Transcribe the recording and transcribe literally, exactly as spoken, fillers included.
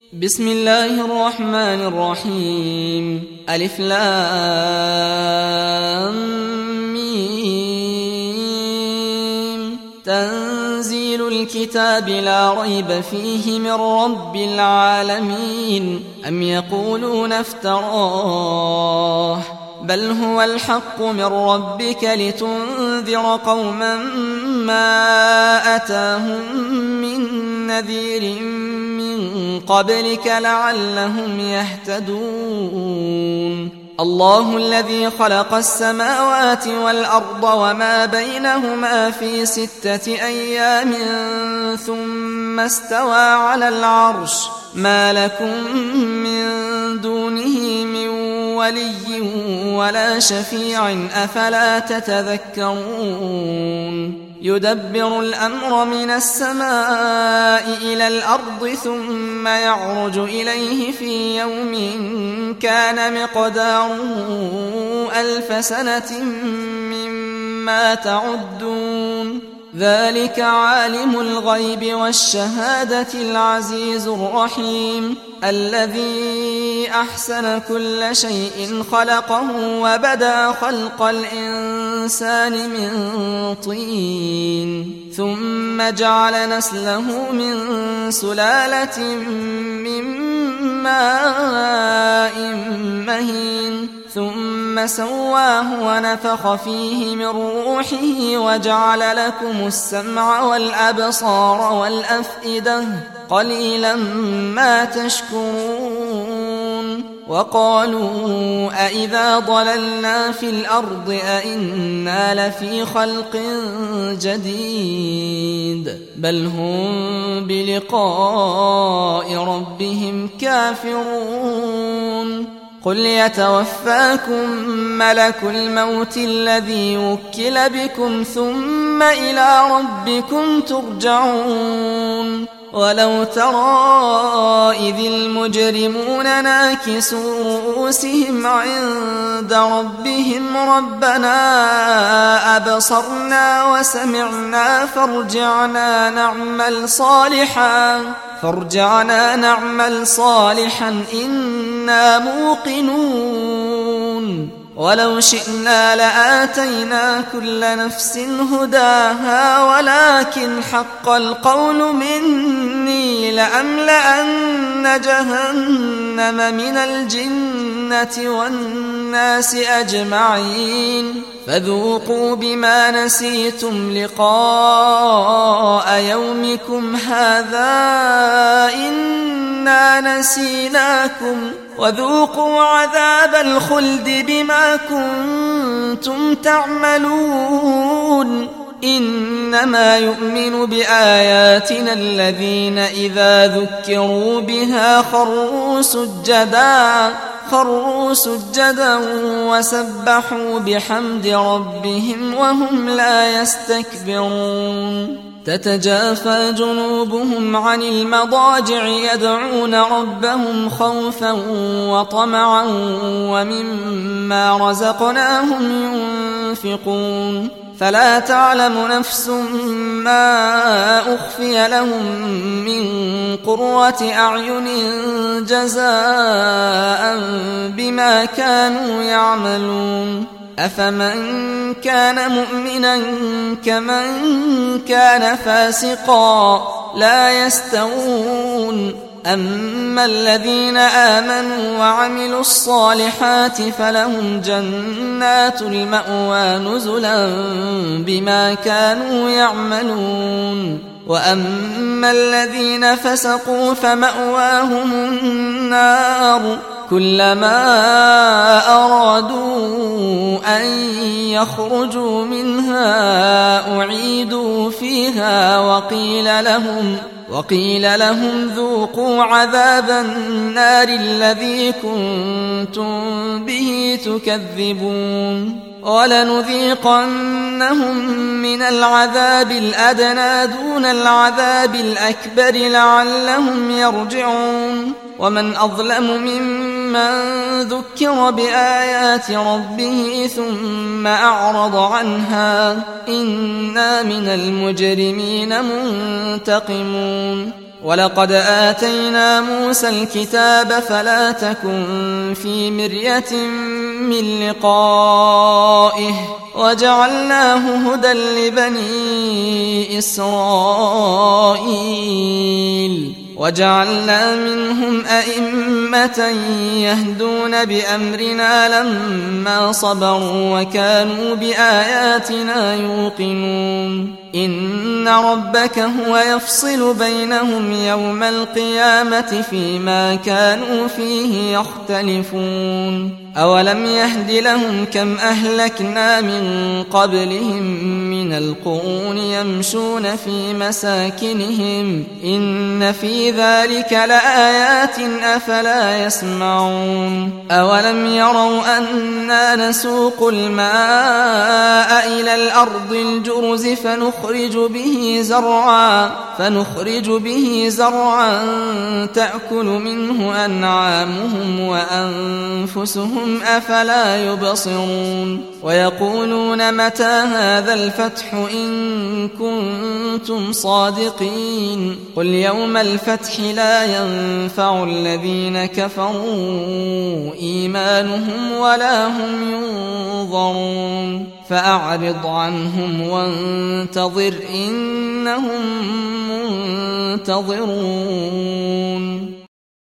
بسم الله الرحمن الرحيم. ألف لام ميم. تنزيل الكتاب لا ريب فيه من رب العالمين. أم يقولون افتراه بل هو الحق من ربك لتنذر قوما ما أتاهم من نذير من قبلك لعلهم يهتدون. الله الذي خلق السماوات والأرض وما بينهما في ستة أيام ثم استوى على العرش ما لكم من دونه من ولي ولا شفيع أفلا تتذكرون. يدبر الأمر من السماء إلى الأرض ثم يعرج إليه في يوم كان مقداره ألف سنة مما تعدون. ذلك عالم الغيب والشهادة العزيز الرحيم الذي أحسن كل شيء خلقه وبدأ خلق الإنسان من طين ثم جعل نسله من سلالة من ماء مهين ثم سواه ونفخ فيه من روحه وجعل لكم السمع والأبصار والأفئدة قليلا ما تشكرون. وقالوا أئذا ضللنا في الأرض أئنا لفي خلق جديد بل هم بلقاء ربهم كافرون. قل يتوفاكم ملك الموت الذي وكل بكم ثم إلى ربكم ترجعون. ولو ترى إذ المجرمون ناكسوا رؤوسهم عند ربهم ربنا أبصرنا وسمعنا فارجعنا نعمل صالحا فارجعنا نعمل صالحا إنا موقنون. ولو شئنا لآتينا كل نفس هداها ولكن حق القول مني لأملأن جهنم من الجنة والناس أجمعين. فذوقوا بما نسيتم لقاء يومكم هذا إنا نسيناكم وذوقوا عذاب الخلد بما كنتم تعملون. إنما يؤمن بآياتنا الذين إذا ذكروا بها خروا سجدا خروا سجدا وسبحوا بحمد ربهم وهم لا يستكبرون. تتجافى جنوبهم عن المضاجع يدعون ربهم خوفا وطمعا ومما رزقناهم ينفقون. فلا تعلم نفس ما أخفي لهم من قرة أعين جزاء بما كانوا يعملون. أفمن كان مؤمنا كمن كان فاسقا لا يستوون. أما الذين آمنوا وعملوا الصالحات فلهم جنات المأوى نزلا بما كانوا يعملون. وأما الذين فسقوا فمأواهم النار كلما أرادوا أن يخرجوا منها أعيدوا فيها وقيل لهم وقيل لهم ذوقوا عذاب النار الذي كنتم به تكذبون. ولنذيقنهم من العذاب الأدنى دون العذاب الأكبر لعلهم يرجعون. ومن أظلم ممن ذكر بآيات ربه ثم أعرض عنها إنا من المجرمين منتقمون. ولقد آتينا موسى الكتاب فلا تكن في مرية من لقائه وجعلناه هدى لبني إسرائيل وجعلنا منهم أئمة يهدون بأمرنا لما صبروا وكانوا بآياتنا يوقنون إن ربك هو يفصل بينهم يوم القيامة فيما كانوا فيه يختلفون أولم يهد لهم كم أهلكنا من قبلهم من القرون يمشون في مساكنهم إن في ذلك لآيات أفلا يسمعون أولم يروا أنا نسوق الماء إلى الأرض الجرز فنخرج به زرعا فنخرج به زرعا تأكل منه أنعامهم وأنفسهم أفلا يبصرون ويقولون متى هذا الفتح إن كنتم صادقين قل يوم الفتح لا ينفع الذين كفروا إيمانهم ولا هم ينظرون فأعرض عنهم وانتظر إنهم منتظرون